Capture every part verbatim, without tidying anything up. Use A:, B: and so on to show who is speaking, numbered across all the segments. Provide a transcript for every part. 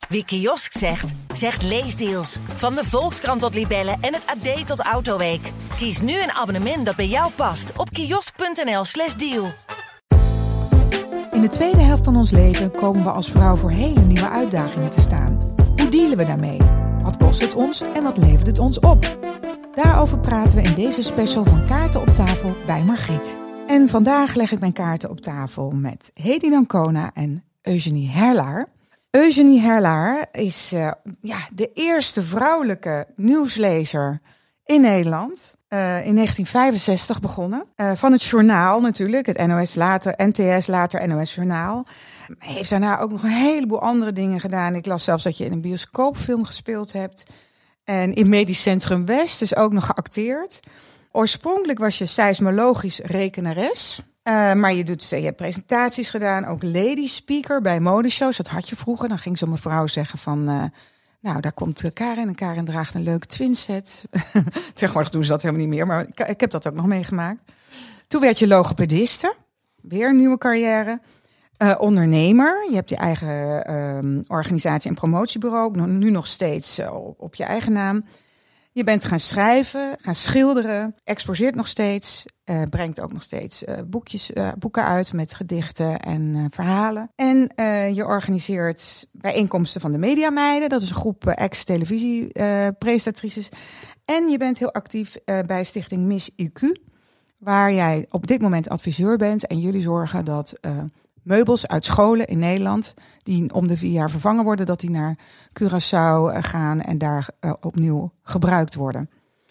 A: Wie kiosk zegt, zegt leesdeals. Van de Volkskrant tot Libellen en het A D tot Autoweek. Kies nu een abonnement dat bij jou past op kiosk.nl slash deal.
B: In de tweede helft van ons leven komen we als vrouw voor hele nieuwe uitdagingen te staan. Hoe dealen we daarmee? Wat kost het ons en wat levert het ons op? Daarover praten we in deze special van Kaarten op tafel bij Margriet. En vandaag leg ik mijn kaarten op tafel met Hedy Dancona en Eugenie Herlaar. Eugenie Herlaar is uh, ja, de eerste vrouwelijke nieuwslezer in Nederland. Uh, in negentien vijfenzestig begonnen. Uh, van het journaal natuurlijk, het N O S later, N T S later N O S Journaal. Heeft daarna ook nog een heleboel andere dingen gedaan. Ik las zelfs dat je in een bioscoopfilm gespeeld hebt. En in Medisch Centrum West, dus ook nog geacteerd. Oorspronkelijk was je seismologisch rekenares. Uh, maar je, doet, je hebt presentaties gedaan, ook lady speaker bij modeshows. Dat had je vroeger. Dan ging zo'n mevrouw zeggen van... Uh, nou, daar komt Karen en Karen draagt een leuke twinset. Tegenwoordig doen ze dat helemaal niet meer, maar ik, ik heb dat ook nog meegemaakt. Toen werd je logopediste. Weer een nieuwe carrière. Uh, ondernemer. Je hebt je eigen uh, organisatie- en promotiebureau. Nu nog steeds uh, op je eigen naam. Je bent gaan schrijven, gaan schilderen, exposeert nog steeds, uh, brengt ook nog steeds uh, boekjes, uh, boeken uit met gedichten en uh, verhalen. En uh, je organiseert bijeenkomsten van de Mediameiden, dat is een groep uh, ex-televisiepresentatrices. Uh, en je bent heel actief uh, bij Stichting Miss I Q, waar jij op dit moment adviseur bent. En jullie zorgen dat uh, meubels uit scholen in Nederland, die om de vier jaar vervangen worden, dat die naar Curaçao gaan en daar uh, opnieuw gebruikt worden.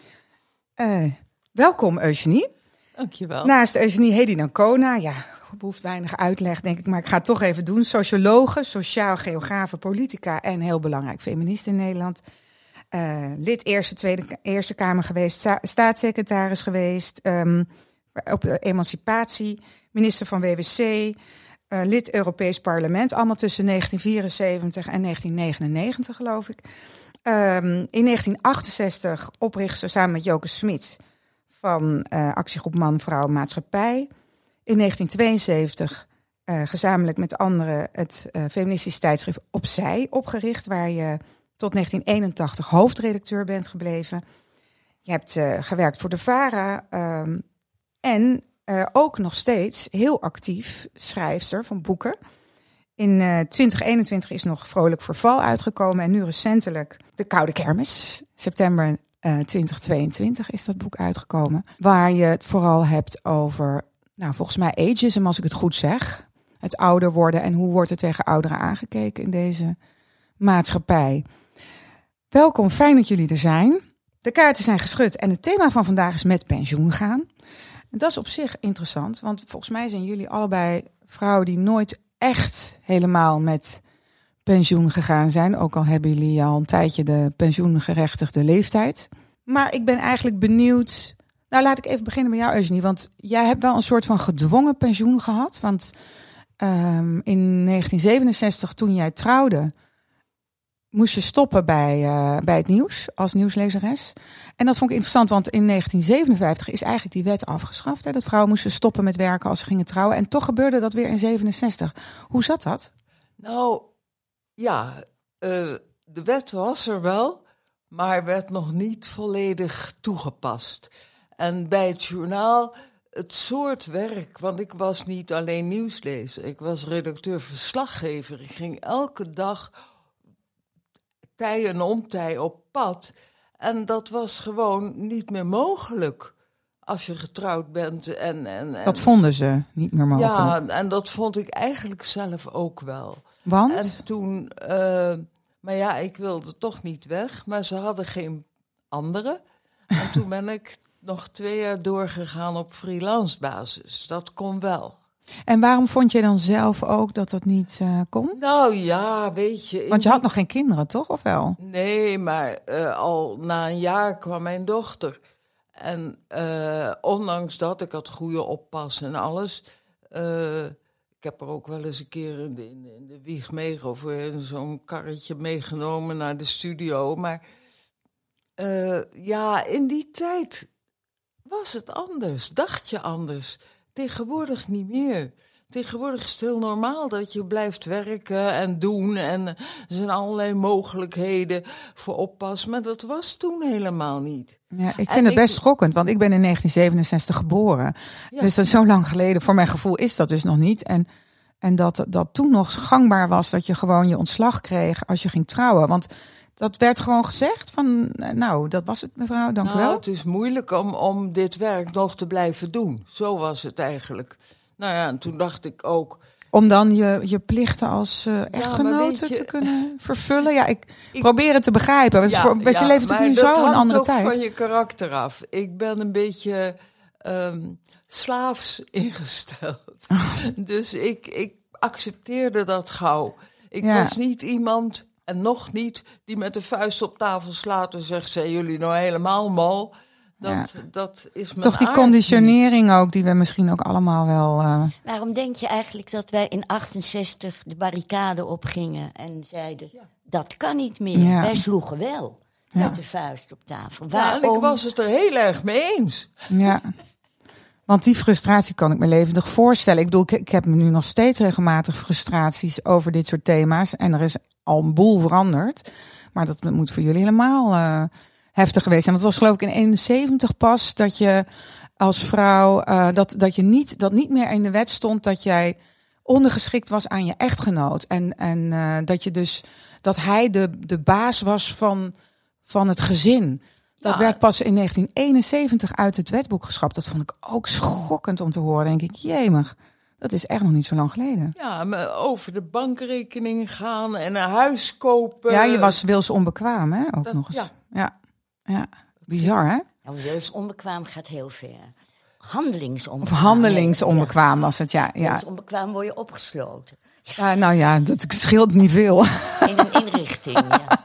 B: Uh, welkom Eugenie.
C: Dankjewel.
B: Naast Eugenie Hedy Dancona, ja, behoeft weinig uitleg denk ik, maar ik ga het toch even doen. Sociologe, sociaal geografe, politica en heel belangrijk feminist in Nederland. Uh, lid Eerste, Tweede, Eerste Kamer geweest, sta- staatssecretaris geweest, um, op uh, emancipatie, minister van W W C... Uh, lid Europees Parlement, allemaal tussen negentien vierenzeventig en negentien negenennegentig, geloof ik. Um, in negentien achtenzestig opricht ze samen met Joke Smit van uh, actiegroep Man, Vrouw, Maatschappij. In negentien tweeënzeventig uh, gezamenlijk met anderen het uh, feministisch tijdschrift Opzij opgericht, waar je tot negentien eenentachtig hoofdredacteur bent gebleven. Je hebt uh, gewerkt voor de VARA um, en... Uh, ook nog steeds heel actief schrijfster van boeken. In uh, twintig eenentwintig is nog Vrolijk Verval uitgekomen. En nu recentelijk De Koude Kermis. September uh, twintig tweeëntwintig is dat boek uitgekomen. Waar je het vooral hebt over, nou volgens mij ageism als ik het goed zeg. Het ouder worden en hoe wordt er tegen ouderen aangekeken in deze maatschappij. Welkom, fijn dat jullie er zijn. De kaarten zijn geschud en het thema van vandaag is met pensioen gaan. En dat is op zich interessant, want volgens mij zijn jullie allebei vrouwen die nooit echt helemaal met pensioen gegaan zijn. Ook al hebben jullie al een tijdje de pensioengerechtigde leeftijd. Maar ik ben eigenlijk benieuwd... Nou, laat ik even beginnen bij jou, Eugenie. Want jij hebt wel een soort van gedwongen pensioen gehad. Want um, in negentien zevenenzestig, toen jij trouwde, moest je stoppen bij, uh, bij het nieuws als nieuwslezeres. En dat vond ik interessant, want in negentien zevenenvijftig is eigenlijk die wet afgeschaft. Hè, dat vrouwen moesten stoppen met werken als ze gingen trouwen. En toch gebeurde dat weer in zevenenzestig. Hoe zat dat?
C: Nou, ja, uh, de wet was er wel, maar werd nog niet volledig toegepast. En bij het journaal, het soort werk, want ik was niet alleen nieuwslezer. Ik was redacteur-verslaggever. Ik ging elke dag tij en omtij op pad. En dat was gewoon niet meer mogelijk als je getrouwd bent. En, en, en
B: dat vonden ze niet meer mogelijk.
C: Ja, en dat vond ik eigenlijk zelf ook wel.
B: Want?
C: En toen, uh, maar ja, ik wilde toch niet weg. Maar ze hadden geen andere. En toen ben ik nog twee jaar doorgegaan op freelance basis. Dat kon wel.
B: En waarom vond je dan zelf ook dat dat niet uh, kon?
C: Nou ja, weet je...
B: Want je had nog geen kinderen, toch? Of wel?
C: Nee, maar uh, al na een jaar kwam mijn dochter. En uh, ondanks dat, ik had goede oppas en alles. Uh, ik heb er ook wel eens een keer in de, in de wieg meegevoerd, zo'n karretje meegenomen naar de studio. Maar uh, ja, in die tijd was het anders, dacht je anders. Tegenwoordig niet meer. Tegenwoordig is het heel normaal dat je blijft werken en doen. En er zijn allerlei mogelijkheden voor oppas. Maar dat was toen helemaal niet.
B: Ja, ik vind
C: en
B: het
C: ik,
B: best schokkend, want ik ben in negentien zevenenzestig geboren. Ja. Dus dat is zo lang geleden. Voor mijn gevoel is dat dus nog niet. En, en dat dat toen nog gangbaar was dat je gewoon je ontslag kreeg als je ging trouwen. Want dat werd gewoon gezegd van, nou, dat was het mevrouw, dank
C: nou,
B: u wel.
C: Het is moeilijk om, om dit werk nog te blijven doen. Zo was het eigenlijk. Nou ja, en toen dacht ik ook...
B: Om dan je, je plichten als uh, echtgenote ja, je, te kunnen vervullen? Ja, ik, ik probeer het te begrijpen. Ja, voor, ja, je leeft natuurlijk nu zo een andere tijd.
C: Dat hangt ook van je karakter af. Ik ben een beetje um, slaafs ingesteld. Oh. Dus ik, ik accepteerde dat gauw. Ik ja. was niet iemand, en nog niet, die met de vuist op tafel slaat en zegt, zijn jullie nou helemaal mal? Dat, ja. dat is mijn
B: Toch die conditionering niet. Ook, die we misschien ook allemaal wel... Uh...
D: Waarom denk je eigenlijk dat wij in achtenzestig de barricade opgingen en zeiden, ja. dat kan niet meer. Ja. Wij sloegen wel ja. met de vuist op tafel.
C: Waarom? Ja, en ik was het er heel erg mee eens.
B: Ja, want die frustratie kan ik me levendig voorstellen. Ik bedoel, ik, ik heb nu nog steeds regelmatig frustraties over dit soort thema's. En er is al een boel veranderd. Maar dat moet voor jullie helemaal... Uh, heftig geweest zijn. Want het was geloof ik in eenenzeventig pas dat je als vrouw uh, dat, dat je niet dat niet meer in de wet stond dat jij ondergeschikt was aan je echtgenoot. En, en uh, dat je dus dat hij de, de baas was van, van het gezin. Dat ja. werd pas in negentien eenenzeventig uit het wetboek geschrapt. Dat vond ik ook schokkend om te horen. Denk ik, jemig. Dat is echt nog niet zo lang geleden.
C: Ja, maar over de bankrekening gaan en een huis kopen.
B: Ja, je was wilsonbekwaam, hè? Ook
C: dat,
B: nog eens.
C: Ja.
B: ja. Ja, bizar hè?
D: Nou, wilsonbekwaam gaat heel ver. Handelingsonbekwaam.
B: Of handelingsonbekwaam was het, ja. ja.
D: Wilsonbekwaam word je opgesloten.
B: Ja, nou ja, dat scheelt niet veel.
D: In een inrichting, ja.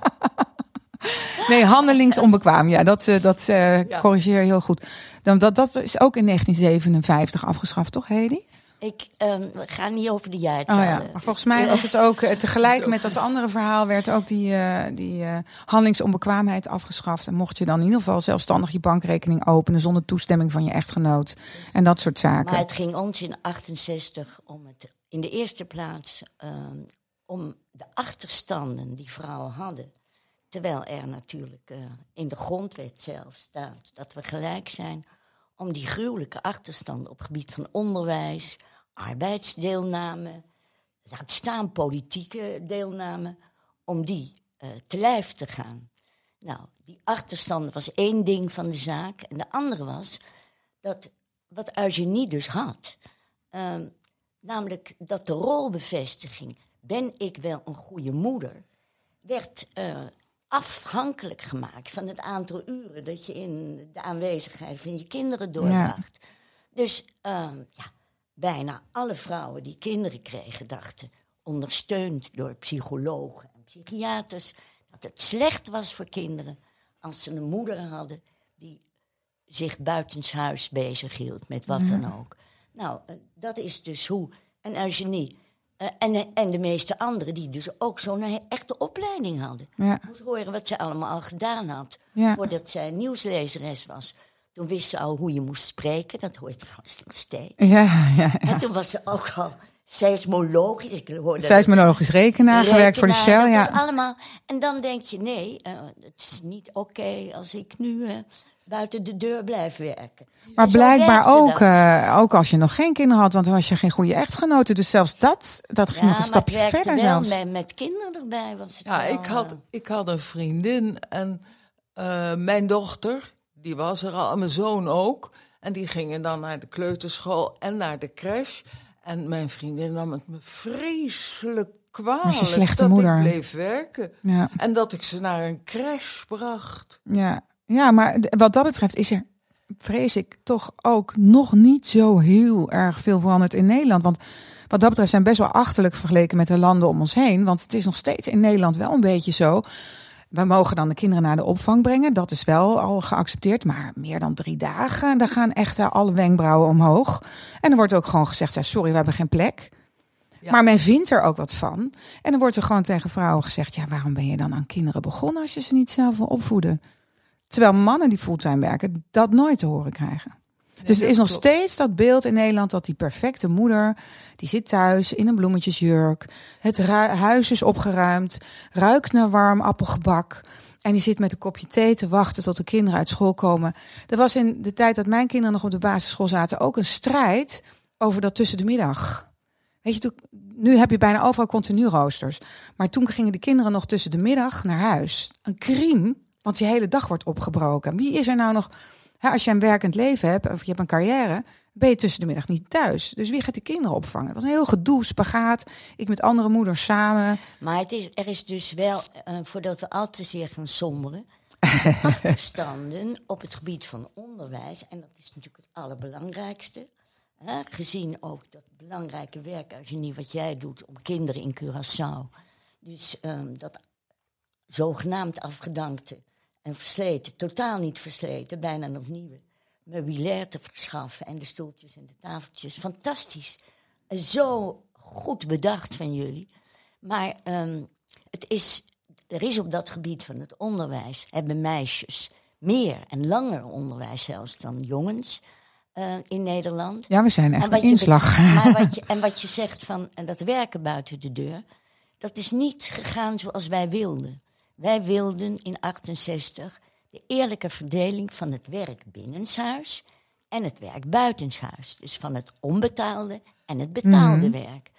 B: Nee, handelingsonbekwaam, ja, dat, dat uh, ja. corrigeer je heel goed. Dan, dat, dat is ook in negentien zevenenvijftig afgeschaft, toch Hedy?
D: Ik um, ga niet over de jaartallen.
B: Oh ja. Maar volgens mij was het ook uh, tegelijk met dat andere verhaal werd ook die, uh, die uh, handelingsonbekwaamheid afgeschaft. En mocht je dan in ieder geval zelfstandig je bankrekening openen zonder toestemming van je echtgenoot en dat soort zaken.
D: Maar het ging ons in achtenzestig om het in de eerste plaats um, om de achterstanden die vrouwen hadden. Terwijl er natuurlijk uh, in de grondwet zelf staat dat we gelijk zijn, om die gruwelijke achterstanden op het gebied van onderwijs, arbeidsdeelname, laat staan politieke deelname, om die uh, te lijf te gaan. Nou, die achterstanden was één ding van de zaak. En de andere was dat wat Eugenie dus had, uh, namelijk dat de rolbevestiging, ben ik wel een goede moeder, werd uh, afhankelijk gemaakt van het aantal uren dat je in de aanwezigheid van je kinderen doorbracht. Ja. Dus uh, ja, bijna alle vrouwen die kinderen kregen dachten, ondersteund door psychologen en psychiaters, dat het slecht was voor kinderen als ze een moeder hadden die zich buitenshuis bezighield met wat ja. dan ook. Nou, uh, dat is dus hoe. En Eugenie uh, en, en de meeste anderen die dus ook zo'n echte opleiding hadden. Ja. Moest horen wat ze allemaal al gedaan had ja. voordat zij nieuwslezeres was. Toen wist ze al hoe je moest spreken. Dat hoor je trouwens nog steeds.
B: Ja, ja, ja.
D: En toen was ze ook al seismologisch. Ik hoorde
B: Seismologisch rekenaar, gewerkt voor de Shell.
D: Dat
B: ja.
D: is allemaal. En dan denk je, nee, uh, het is niet oké okay als ik nu uh, buiten de deur blijf werken.
B: Maar blijkbaar ook, uh, ook als je nog geen kinderen had, want dan was je geen goede echtgenote. Dus zelfs dat, dat ging
D: ja,
B: nog een stapje
D: maar het
B: verder
D: wel
B: zelfs.
D: Met, met kinderen erbij was het
C: Ja,
D: wel,
C: ik had, ik had een vriendin en uh, mijn dochter, die was er al, en mijn zoon ook. En die gingen dan naar de kleuterschool en naar de crash. En mijn vriendin nam het me vreselijk kwalijk
B: je slechte
C: dat
B: moeder.
C: ik bleef werken.
B: Ja.
C: En dat ik ze naar een crash bracht.
B: Ja. ja, maar wat dat betreft is er, vrees ik, toch ook nog niet zo heel erg veel veranderd in Nederland. Want wat dat betreft zijn best wel achterlijk vergeleken met de landen om ons heen. Want het is nog steeds in Nederland wel een beetje zo. We mogen dan de kinderen naar de opvang brengen. Dat is wel al geaccepteerd. Maar meer dan drie dagen, daar gaan echt alle wenkbrauwen omhoog. En er wordt ook gewoon gezegd, ja, sorry, we hebben geen plek. Ja. Maar men vindt er ook wat van. En dan wordt er gewoon tegen vrouwen gezegd, ja, waarom ben je dan aan kinderen begonnen als je ze niet zelf wil opvoeden? Terwijl mannen die fulltime werken, dat nooit te horen krijgen. Nee, dus er is nog
C: klopt.
B: steeds dat beeld in Nederland dat die perfecte moeder, die zit thuis in een bloemetjesjurk. Het ru- huis is opgeruimd, ruikt naar warm appelgebak. En die zit met een kopje thee te wachten tot de kinderen uit school komen. Er was in de tijd dat mijn kinderen nog op de basisschool zaten ook een strijd over dat tussen de middag. Weet je, toen, nu heb je bijna overal continu roosters. Maar toen gingen de kinderen nog tussen de middag naar huis. Een crime, want je hele dag wordt opgebroken. Wie is er nou nog... Hè, als je een werkend leven hebt, of je hebt een carrière, ben je tussen de middag niet thuis. Dus wie gaat die kinderen opvangen? Dat was een heel gedoe, spagaat. Ik met andere moeders samen.
D: Maar het is, er is dus wel, uh, voordat we al te zeer gaan somberen, achterstanden op het gebied van onderwijs. En dat is natuurlijk het allerbelangrijkste. Hè? Gezien ook dat belangrijke werk, als je niet wat jij doet, om kinderen in Curaçao. Dus um, dat zogenaamd afgedankte en versleten, totaal niet versleten, bijna nog nieuwe meubilair te verschaffen. En de stoeltjes en de tafeltjes. Fantastisch. En zo goed bedacht van jullie. Maar um, het is, er is op dat gebied van het onderwijs, hebben meisjes meer en langer onderwijs zelfs dan jongens uh, in Nederland.
B: Ja, we zijn echt
D: En wat
B: een
D: je
B: inslag.
D: bet- maar wat je, en wat je zegt van en dat werken buiten de deur, dat is niet gegaan zoals wij wilden. Wij wilden in achtenzestig de eerlijke verdeling van het werk binnenshuis en het werk buitenshuis. Dus van het onbetaalde en het betaalde
B: Mhm.
D: werk.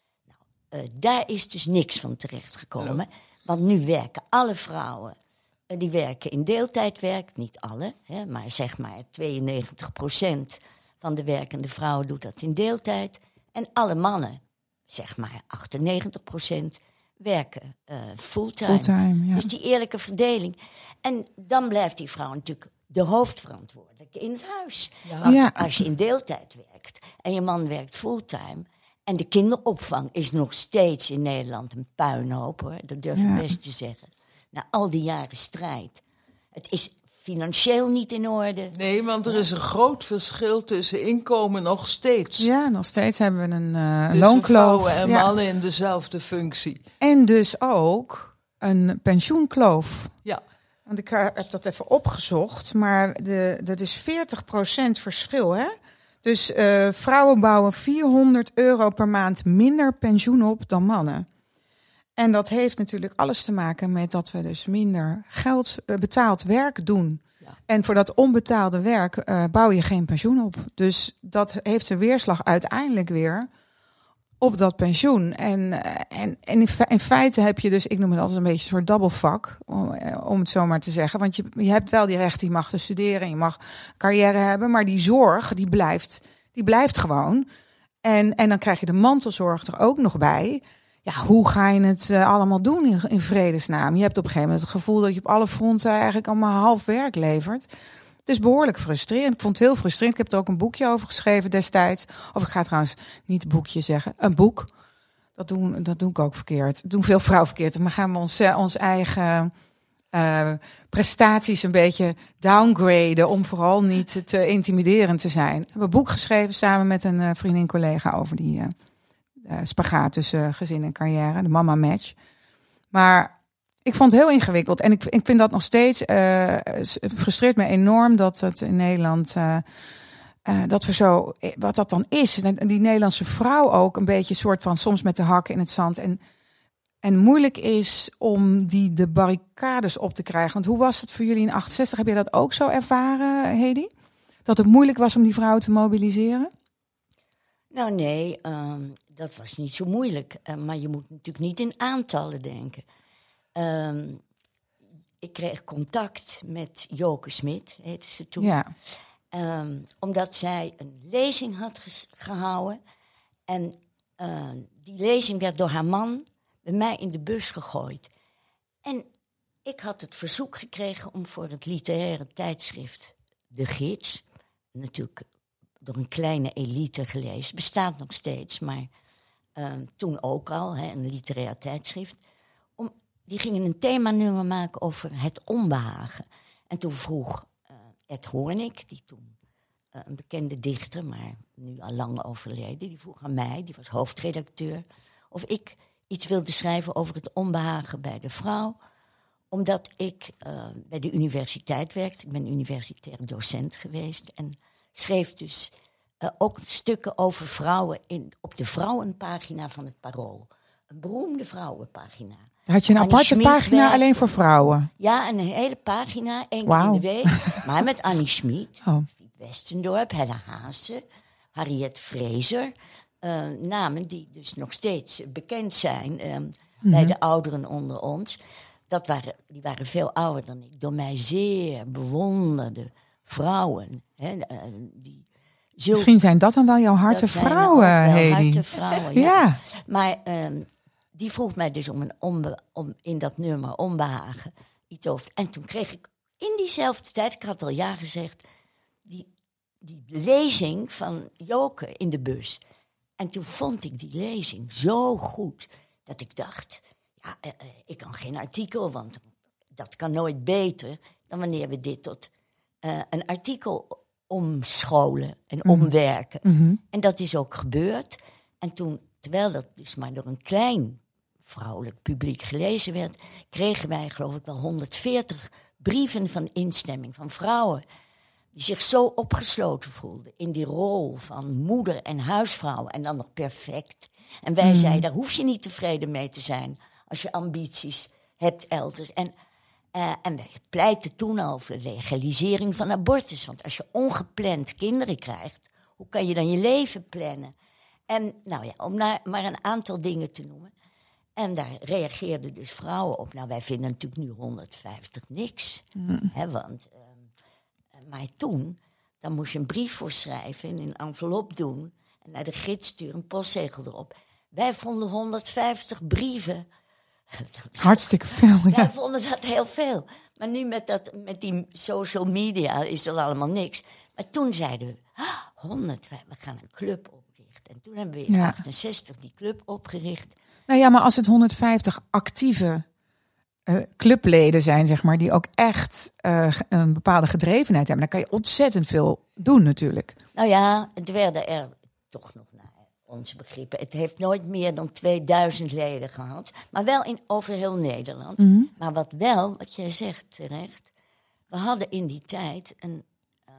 D: Nou, uh, daar is dus niks van terechtgekomen. Want nu werken alle vrouwen, uh, die werken in deeltijdwerk. Niet alle, hè, maar zeg maar tweeënnegentig procent van de werkende vrouwen doet dat in deeltijd. En alle mannen, zeg maar achtennegentig procent, werken uh, fulltime.
B: Fulltime, ja.
D: Dus die eerlijke verdeling. En dan blijft die vrouw natuurlijk de hoofdverantwoordelijke in het huis.
C: Ja.
D: Want
B: Ja.
D: als je in deeltijd werkt en je man werkt fulltime, en de kinderopvang is nog steeds in Nederland een puinhoop, hoor. Dat durf ik
B: Ja.
D: best te zeggen. Na al die jaren strijd. Het is financieel niet in orde.
C: Nee, want er is een groot verschil tussen inkomen nog steeds.
B: Ja, nog steeds hebben we een uh,
C: Tussen
B: loonkloof.
C: vrouwen en
B: Ja.
C: mannen in dezelfde functie.
B: En dus ook een pensioenkloof.
C: Ja.
B: Want ik uh, heb dat even opgezocht, maar de, dat is veertig procent verschil, hè? Dus uh, vrouwen bouwen vierhonderd euro per maand minder pensioen op dan mannen. En dat heeft natuurlijk alles te maken met dat we dus minder geld uh, betaald werk doen.
C: Ja.
B: En voor dat onbetaalde werk uh, bouw je geen pensioen op. Dus dat heeft zijn weerslag uiteindelijk weer op dat pensioen. En, uh, en, en in, fe- in feite heb je dus, ik noem het altijd een beetje een soort dubbelvak, om, uh, om het zo maar te zeggen. Want je, je hebt wel die recht, je mag dus studeren, je mag carrière hebben, maar die zorg, die blijft, die blijft gewoon. En, en dan krijg je de mantelzorg er ook nog bij. Ja, hoe ga je het uh, allemaal doen in, in vredesnaam? Je hebt op een gegeven moment het gevoel dat je op alle fronten eigenlijk allemaal half werk levert. Het is behoorlijk frustrerend. Ik vond het heel frustrerend. Ik heb er ook een boekje over geschreven destijds. Of ik ga trouwens niet boekje zeggen, een boek. Dat doen, dat doe ik ook verkeerd. Dat doen veel vrouwen verkeerd. Maar gaan we ons, uh, ons eigen uh, prestaties een beetje downgraden om vooral niet te intimiderend te zijn. Ik heb een boek geschreven samen met een uh, vriendin collega over die uh, uh, spagaat tussen gezin en carrière, de Mama Match. Maar ik vond het heel ingewikkeld en ik, ik vind dat nog steeds, uh, frustreert me enorm dat het in Nederland, uh, uh, dat we zo, wat dat dan is. En die Nederlandse vrouw ook een beetje soort van soms met de hakken in het zand. En, en moeilijk is om die de barricades op te krijgen. Want hoe was het voor jullie in achtenzestig? Heb je dat ook zo ervaren, Hedy? Dat het moeilijk was om die vrouwen te mobiliseren?
D: Nou nee, um, dat was niet zo moeilijk. Uh, maar je moet natuurlijk niet in aantallen denken. Um, ik kreeg contact met Joke Smit, heette ze toen.
B: Ja.
D: Um, omdat zij een lezing had ges- gehouden. En uh, die lezing werd door haar man bij mij in de bus gegooid. En ik had het verzoek gekregen om voor het literaire tijdschrift De Gids, natuurlijk door een kleine elite gelezen, bestaat nog steeds, maar uh, toen ook al, hè, een literair tijdschrift. Om, die gingen een themanummer maken over het onbehagen. En toen vroeg uh, Ed Hoornik, die toen uh, een bekende dichter, maar nu al lang overleden, die vroeg aan mij, die was hoofdredacteur, of ik iets wilde schrijven over het onbehagen bij de vrouw, omdat ik uh, bij de universiteit werkte. Ik ben universitair docent geweest en schreef dus uh, ook stukken over vrouwen in, op de vrouwenpagina van het Parool. Een beroemde vrouwenpagina.
B: Had je een
D: Annie
B: aparte
D: Schmid
B: pagina
D: werkte.
B: alleen voor vrouwen?
D: Ja, een hele pagina, één keer
B: Wauw.
D: in de week. Maar met Annie Schmid,
B: Oh.
D: Piet Westendorp, Hella Haase, Harriet Fraser. Uh, namen die dus nog steeds bekend zijn um, mm-hmm. bij de ouderen onder ons. Dat waren, die waren veel ouder dan ik. Door mij zeer bewonderde vrouwen. Hè, uh, die zulke,
B: Misschien zijn dat dan wel jouw harte vrouwen, Hedy.
D: Harte vrouwen, ja.
B: ja.
D: Maar um, die vroeg mij dus om, een onbe, om in dat nummer onbehagen iets over. En toen kreeg ik in diezelfde tijd, ik had al ja gezegd, die, die lezing van Joke in de bus. En toen vond ik die lezing zo goed dat ik dacht, ja, uh, uh, ik kan geen artikel, want dat kan nooit beter dan wanneer we dit tot uh, een artikel omscholen en mm. omwerken.
B: Mm-hmm.
D: En dat is ook gebeurd. En toen, terwijl dat dus maar door een klein vrouwelijk publiek gelezen werd, kregen wij geloof ik wel honderdveertig brieven van instemming van vrouwen die zich zo opgesloten voelden in die rol van moeder en huisvrouw en dan nog perfect. En wij mm. zeiden, daar hoef je niet tevreden mee te zijn als je ambities hebt elders. En, uh, en wij pleitten toen al voor de legalisering van abortus. Want als je ongepland kinderen krijgt, hoe kan je dan je leven plannen? En nou ja, om naar, maar een aantal dingen te noemen. En daar reageerden dus vrouwen op. Nou, wij vinden natuurlijk nu honderdvijftig niks. Mm. Hè, want... Uh, Maar toen, dan moest je een brief voor schrijven en in een envelop doen en naar de gids sturen, een postzegel erop. Wij vonden honderdvijftig brieven.
B: Hartstikke veel, ja.
D: Wij vonden dat heel veel. Maar nu met, dat, met die social media is er allemaal niks. Maar toen zeiden we, ah, honderdvijftig, we gaan een club oprichten. En toen hebben we in
B: ja.
D: achtenzestig die club opgericht.
B: Nou ja, maar als het honderdvijftig actieve Uh, clubleden zijn, zeg maar, die ook echt uh, een bepaalde gedrevenheid hebben, dan kan je ontzettend veel doen natuurlijk.
D: Nou ja, het werden er toch nog naar onze begrippen. Het heeft nooit meer dan tweeduizend leden gehad, maar wel in, over heel Nederland. Mm-hmm. Maar wat wel, wat jij zegt terecht, we hadden in die tijd, een, uh,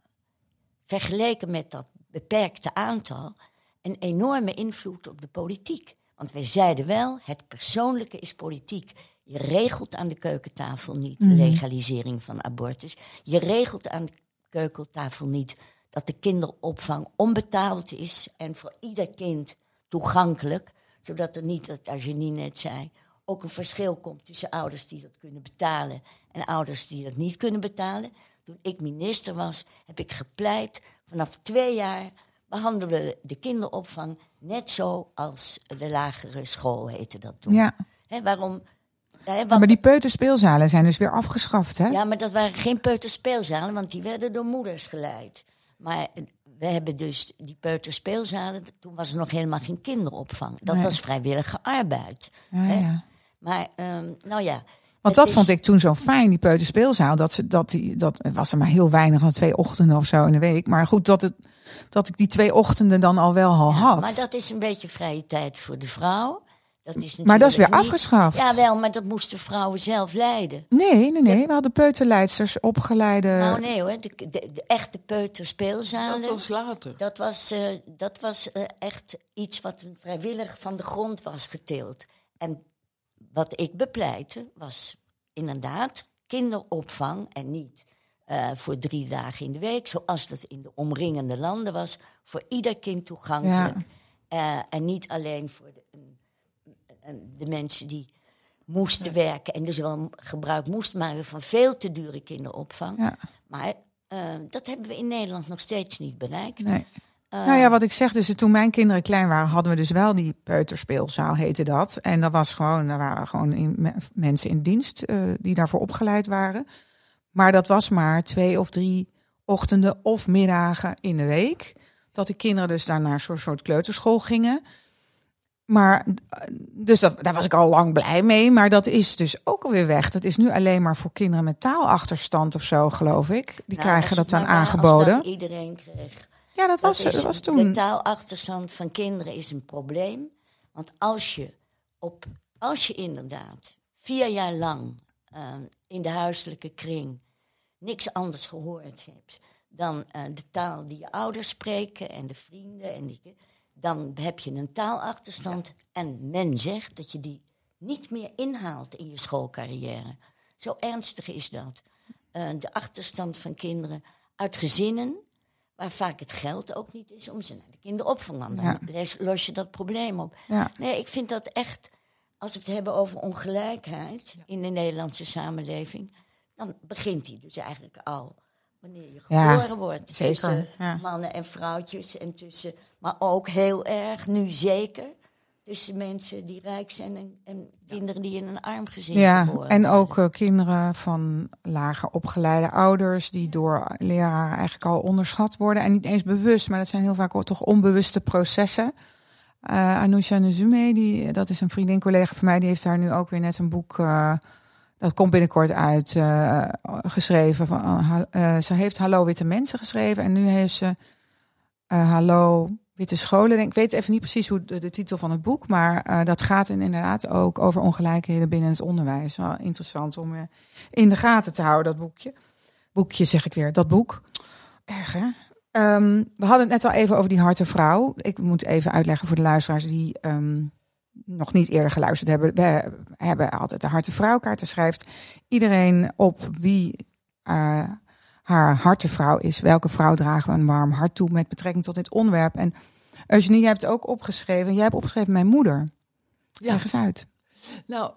D: vergeleken met dat beperkte aantal, een enorme invloed op de politiek. Want wij zeiden wel, het persoonlijke is politiek. Je regelt aan de keukentafel niet de mm-hmm. legalisering van abortus. Je regelt aan de keukentafel niet dat de kinderopvang onbetaald is en voor ieder kind toegankelijk. Zodat er niet, als Janine net zei, ook een verschil komt tussen ouders die dat kunnen betalen en ouders die dat niet kunnen betalen. Toen ik minister was, heb ik gepleit, vanaf twee jaar behandelen we de kinderopvang net zo als de lagere school, heette dat toen.
B: Ja.
D: He, waarom... Ja, want,
B: maar die peuterspeelzalen zijn dus weer afgeschaft, hè?
D: Ja, maar dat waren geen peuterspeelzalen, want die werden door moeders geleid. Maar we hebben dus die peuterspeelzalen, toen was er nog helemaal geen kinderopvang. Dat nee. was vrijwillige arbeid.
B: Ja, ja.
D: Maar, um, nou ja...
B: Want dat is... vond ik toen zo fijn, die peuterspeelzaal. Dat, ze, dat, die, dat het was er maar heel weinig, dan twee ochtenden of zo in de week. Maar goed, dat, het, dat ik die twee ochtenden dan al wel al
D: ja,
B: had.
D: Maar dat is een beetje vrije tijd voor de vrouw. Dat is
B: maar dat is weer
D: niet...
B: afgeschaft.
D: Jawel, maar dat moesten vrouwen zelf leiden.
B: Nee, nee, nee. We hadden peuterleidsters opgeleide...
D: Nou nee hoor, de, de, de echte peuterspeelzalen...
C: Dat was later.
D: Dat was, uh, dat was uh, echt iets wat vrijwillig van de grond was geteeld. En wat ik bepleitte was inderdaad kinderopvang en niet uh, voor drie dagen in de week, zoals dat in de omringende landen was, voor ieder kind toegankelijk. Ja. Uh, en niet alleen voor de, uh, de mensen die moesten ja. werken en dus wel gebruik moesten maken van veel te dure kinderopvang. Ja. Maar uh, dat hebben we in Nederland nog steeds niet bereikt.
B: Nee. Uh, nou ja, wat ik zeg, dus toen mijn kinderen klein waren, hadden we dus wel die peuterspeelzaal, heette dat. En dat was gewoon, er waren gewoon in, me, mensen in dienst uh, die daarvoor opgeleid waren. Maar dat was maar twee of drie ochtenden of middagen in de week. Dat de kinderen dus daar naar zo'n soort kleuterschool gingen. Maar, dus dat, daar was ik al lang blij mee. Maar dat is dus ook alweer weg. Dat is nu alleen maar voor kinderen met taalachterstand of zo, geloof ik. Die nou, krijgen dat dan aangeboden.
D: Als dat iedereen kreeg.
B: Ja, dat was,
D: dat, is,
B: dat was toen.
D: De taalachterstand van kinderen is een probleem. Want als je, op, als je inderdaad vier jaar lang uh, in de huiselijke kring niks anders gehoord hebt dan uh, de taal die je ouders spreken en de vrienden. En die, dan heb je een taalachterstand. Ja. En men zegt dat je die niet meer inhaalt in je schoolcarrière. Zo ernstig is dat. Uh, de achterstand van kinderen uit gezinnen waar vaak het geld ook niet is om ze naar de kinderopvang te gaan. Dan ja. los je dat probleem op. Ja. Nee, ik vind dat echt, als we het hebben over ongelijkheid ja. in de Nederlandse samenleving, dan begint die dus eigenlijk al wanneer je geboren ja, wordt. Zeker, tussen ja. mannen en vrouwtjes. En tussen, maar ook heel erg, nu zeker, tussen mensen die rijk zijn en, en kinderen die in een arm gezin
B: ja,
D: geboren
B: en
D: worden.
B: ook uh, kinderen van lager opgeleide ouders die door leraren eigenlijk al onderschat worden. En niet eens bewust, maar dat zijn heel vaak ook toch onbewuste processen. Uh, Anousha Nzume, die, dat is een vriendin, collega van mij, die heeft daar nu ook weer net een boek, uh, dat komt binnenkort uit, uh, geschreven. Van, uh, uh, ze heeft Hallo Witte Mensen geschreven en nu heeft ze uh, Hallo Witte Scholen. Ik weet even niet precies hoe de, de titel van het boek, maar uh, dat gaat in, inderdaad ook over ongelijkheden binnen het onderwijs. Wel interessant om uh, in de gaten te houden, dat boekje. Boekje zeg ik weer, dat boek. Erg, hè? Um, we hadden het net al even over die harte vrouw. Ik moet even uitleggen voor de luisteraars die um, nog niet eerder geluisterd hebben. We hebben altijd de harte vrouwkaart. Daar schrijft iedereen op wie uh, haar hartevrouw is. Welke vrouw dragen we een warm hart toe met betrekking tot dit onderwerp. En Eugenie, jij hebt het ook opgeschreven. Jij hebt opgeschreven mijn moeder. Ja. Leg eens uit.
C: Nou,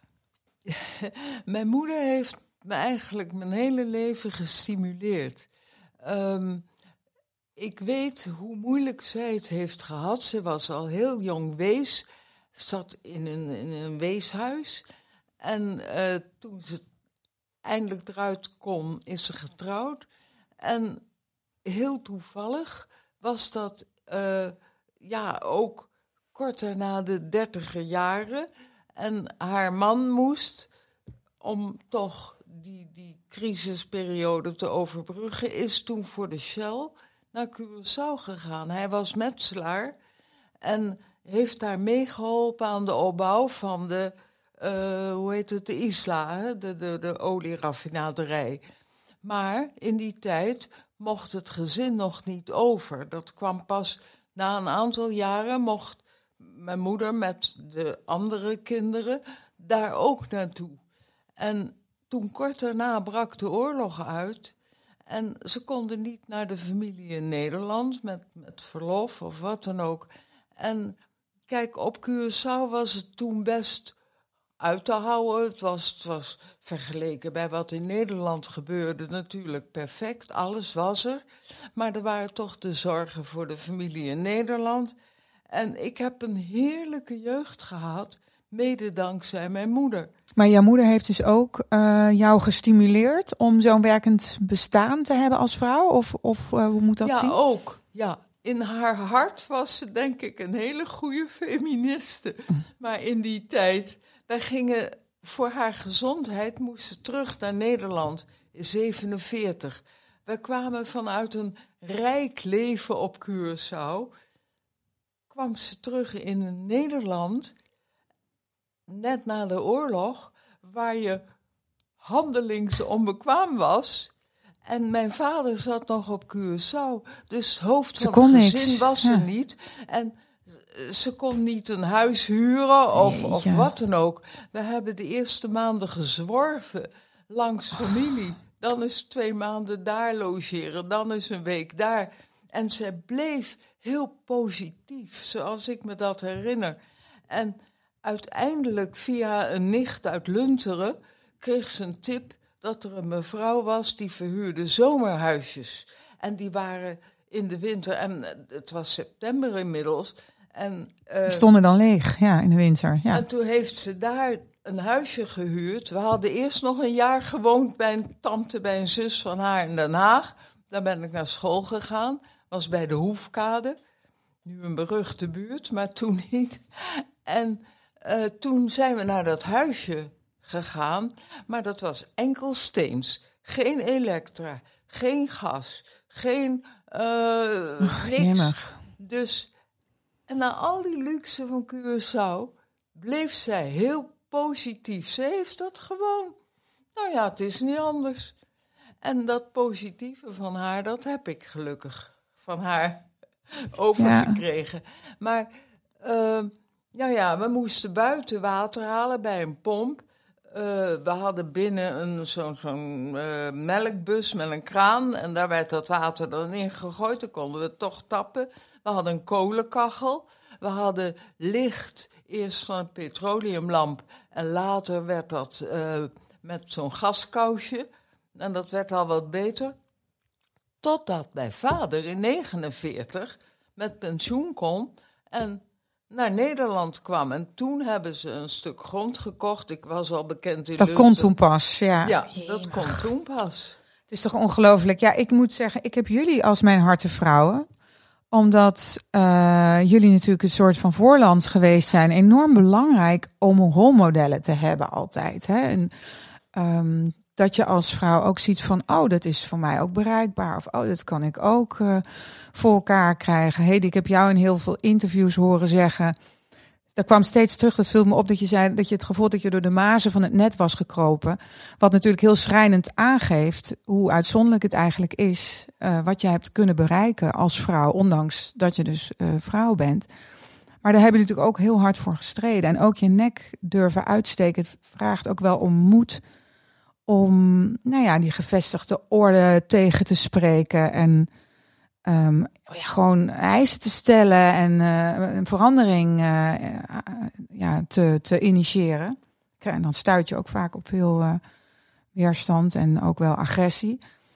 C: mijn moeder heeft me eigenlijk mijn hele leven gestimuleerd. Um, ik weet hoe moeilijk zij het heeft gehad. Ze was al heel jong wees, zat in een, in een weeshuis. En uh, toen ze eindelijk eruit kon, is ze getrouwd. En heel toevallig was dat uh, ja, ook kort daarna de dertiger jaren. En haar man moest, om toch die, die crisisperiode te overbruggen, is toen voor de Shell naar Curaçao gegaan. Hij was metselaar en heeft daar meegeholpen aan de opbouw van de, uh, hoe heet het, de Isla, hè? de, de, de olieraffinaderij. Maar in die tijd mocht het gezin nog niet over. Dat kwam pas na een aantal jaren, mocht mijn moeder met de andere kinderen daar ook naartoe. En toen kort daarna brak de oorlog uit en ze konden niet naar de familie in Nederland met, met verlof of wat dan ook. En kijk, op Curaçao was het toen best uit te houden. Het was, het was vergeleken bij wat in Nederland gebeurde natuurlijk perfect. Alles was er. Maar er waren toch de zorgen voor de familie in Nederland. En ik heb een heerlijke jeugd gehad, mede dankzij mijn moeder.
B: Maar jouw moeder heeft dus ook uh, jou gestimuleerd om zo'n werkend bestaan te hebben als vrouw? Of, of uh, hoe moet dat
C: ja,
B: zien?
C: Ja, ook. Ja. In haar hart was ze denk ik een hele goede feministe. Maar in die tijd, wij gingen voor haar gezondheid, moesten terug naar Nederland in zevenenveertig. Wij kwamen vanuit een rijk leven op Curaçao. Kwam ze terug in Nederland, net na de oorlog, waar je handelingsonbekwaam was. En mijn vader zat nog op Curaçao, dus hoofd van het gezin was er ja. niet. En ze kon niet een huis huren of, of wat dan ook. We hebben de eerste maanden gezworven langs familie. Dan is twee maanden daar logeren, dan is een week daar. En zij bleef heel positief, zoals ik me dat herinner. En uiteindelijk via een nicht uit Lunteren kreeg ze een tip dat er een mevrouw was die verhuurde zomerhuisjes. En die waren in de winter, en het was september inmiddels. En, uh,
B: die stonden dan leeg, ja, in de winter. Ja.
C: En toen heeft ze daar een huisje gehuurd. We hadden eerst nog een jaar gewoond bij een tante, bij een zus van haar in Den Haag. Daar ben ik naar school gegaan. Was bij de Hoefkade. Nu een beruchte buurt, maar toen niet. En uh, toen zijn we naar dat huisje gegaan. Maar dat was enkel steens. Geen elektra, geen gas, geen uh,
B: Ach,
C: niks.
B: Jemmig.
C: Dus, en na al die luxe van Curaçao bleef zij heel positief. Ze heeft dat gewoon. Nou ja, het is niet anders. En dat positieve van haar, dat heb ik gelukkig van haar overgekregen. Ja. Maar uh, ja, ja, we moesten buiten water halen bij een pomp. Uh, we hadden binnen een, zo'n, zo'n uh, melkbus met een kraan. En daar werd dat water dan in gegooid. Dan konden we het toch tappen. We hadden een kolenkachel. We hadden licht, eerst van een petroleumlamp. En later werd dat uh, met zo'n gaskousje. En dat werd al wat beter. Totdat mijn vader in negentien negenenveertig met pensioen kon en naar Nederland kwam. En toen hebben ze een stuk grond gekocht. Ik was al bekend in
B: Dat
C: Lunten.
B: kon toen pas, ja.
C: Ja, dat kon toen pas.
B: Het is toch ongelooflijk. Ja, ik moet zeggen, ik heb jullie als mijn hartevrouwen. Omdat uh, jullie natuurlijk een soort van voorland geweest zijn. Enorm belangrijk om rolmodellen te hebben altijd. Hè? En, um, dat je als vrouw ook ziet van, oh, dat is voor mij ook bereikbaar. Of, oh, dat kan ik ook uh, voor elkaar krijgen. Hedy, ik heb jou in heel veel interviews horen zeggen. Daar kwam steeds terug, dat viel me op, dat je zei dat je het gevoel dat je door de mazen van het net was gekropen. Wat natuurlijk heel schrijnend aangeeft hoe uitzonderlijk het eigenlijk is. Uh, wat je hebt kunnen bereiken als vrouw, ondanks dat je dus uh, vrouw bent. Maar daar hebben jullie natuurlijk ook heel hard voor gestreden. En ook je nek durven uitsteken. Het vraagt ook wel om moed om nou ja, die gevestigde orde tegen te spreken en um, ja, gewoon eisen te stellen en uh, een verandering uh, ja, te, te initiëren. En dan stuit je ook vaak op veel uh, weerstand en ook wel agressie.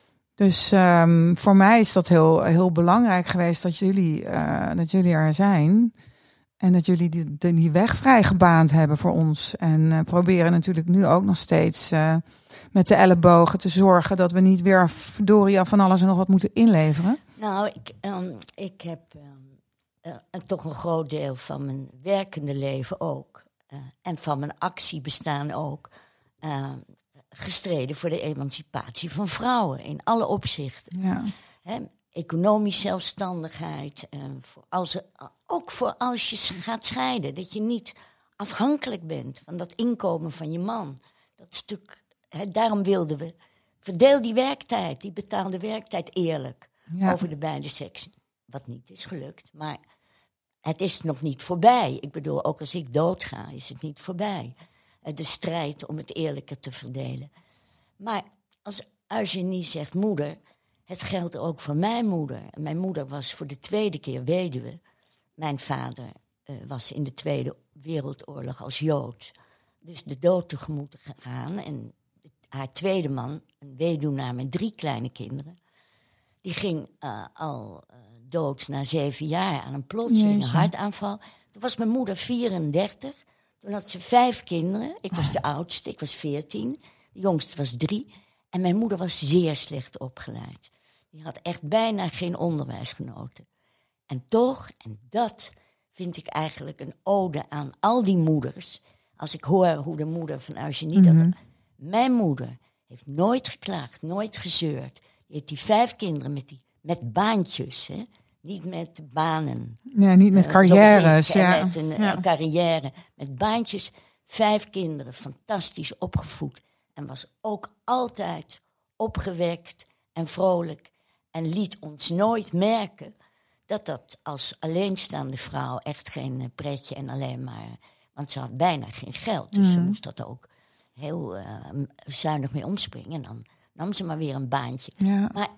B: Dus um, voor mij is dat heel, heel belangrijk geweest dat jullie, uh, dat jullie er zijn. En dat jullie die, die weg vrij gebaand hebben voor ons. En uh, proberen natuurlijk nu ook nog steeds uh, met de ellebogen te zorgen dat we niet weer verdorie van alles en nog wat moeten inleveren.
D: Nou, ik, um, ik heb um, uh, toch een groot deel van mijn werkende leven ook. Uh, en van mijn actiebestaan ook. Uh, gestreden voor de emancipatie van vrouwen in alle opzichten.
B: Ja.
D: He, economische zelfstandigheid. Uh, voor als, ook voor als je gaat scheiden. Dat je niet afhankelijk bent van dat inkomen van je man. Dat stuk, he, daarom wilden we. Verdeel die werktijd, die betaalde werktijd eerlijk. Ja. Over de beide seksen. Wat niet is gelukt. Maar het is nog niet voorbij. Ik bedoel, ook als ik doodga, is het niet voorbij. De strijd om het eerlijker te verdelen. Maar als Eugenie zegt moeder, het geldt ook voor mijn moeder. Mijn moeder was voor de tweede keer weduwe. Mijn vader uh, was in de Tweede Wereldoorlog als Jood. Dus de dood tegemoet gegaan. En haar tweede man, een weduwnaar met drie kleine kinderen, die ging uh, al uh, dood na zeven jaar aan een plotselinge hartaanval. Toen was mijn moeder vierendertig. Toen had ze vijf kinderen. Ik was de oudste, ik was veertien. De jongste was drie. En mijn moeder was zeer slecht opgeleid. Die had echt bijna geen onderwijs genoten. En toch, en dat vind ik eigenlijk een ode aan al die moeders. Als ik hoor hoe de moeder van Eugenie mm-hmm. dat... Mijn moeder heeft nooit geklaagd, nooit gezeurd. Die heeft die vijf kinderen met, die, met baantjes, hè. Niet met banen.
B: Ja, niet met uh, carrières. Ja.
D: Met een ja. uh, carrière. Met baantjes. Vijf kinderen, fantastisch opgevoed. En was ook altijd opgewekt en vrolijk. En liet ons nooit merken dat dat als alleenstaande vrouw echt geen pretje en alleen maar... Want ze had bijna geen geld. Dus mm. ze moest dat ook heel uh, zuinig mee omspringen. En dan nam ze maar weer een baantje.
B: Ja.
D: Maar...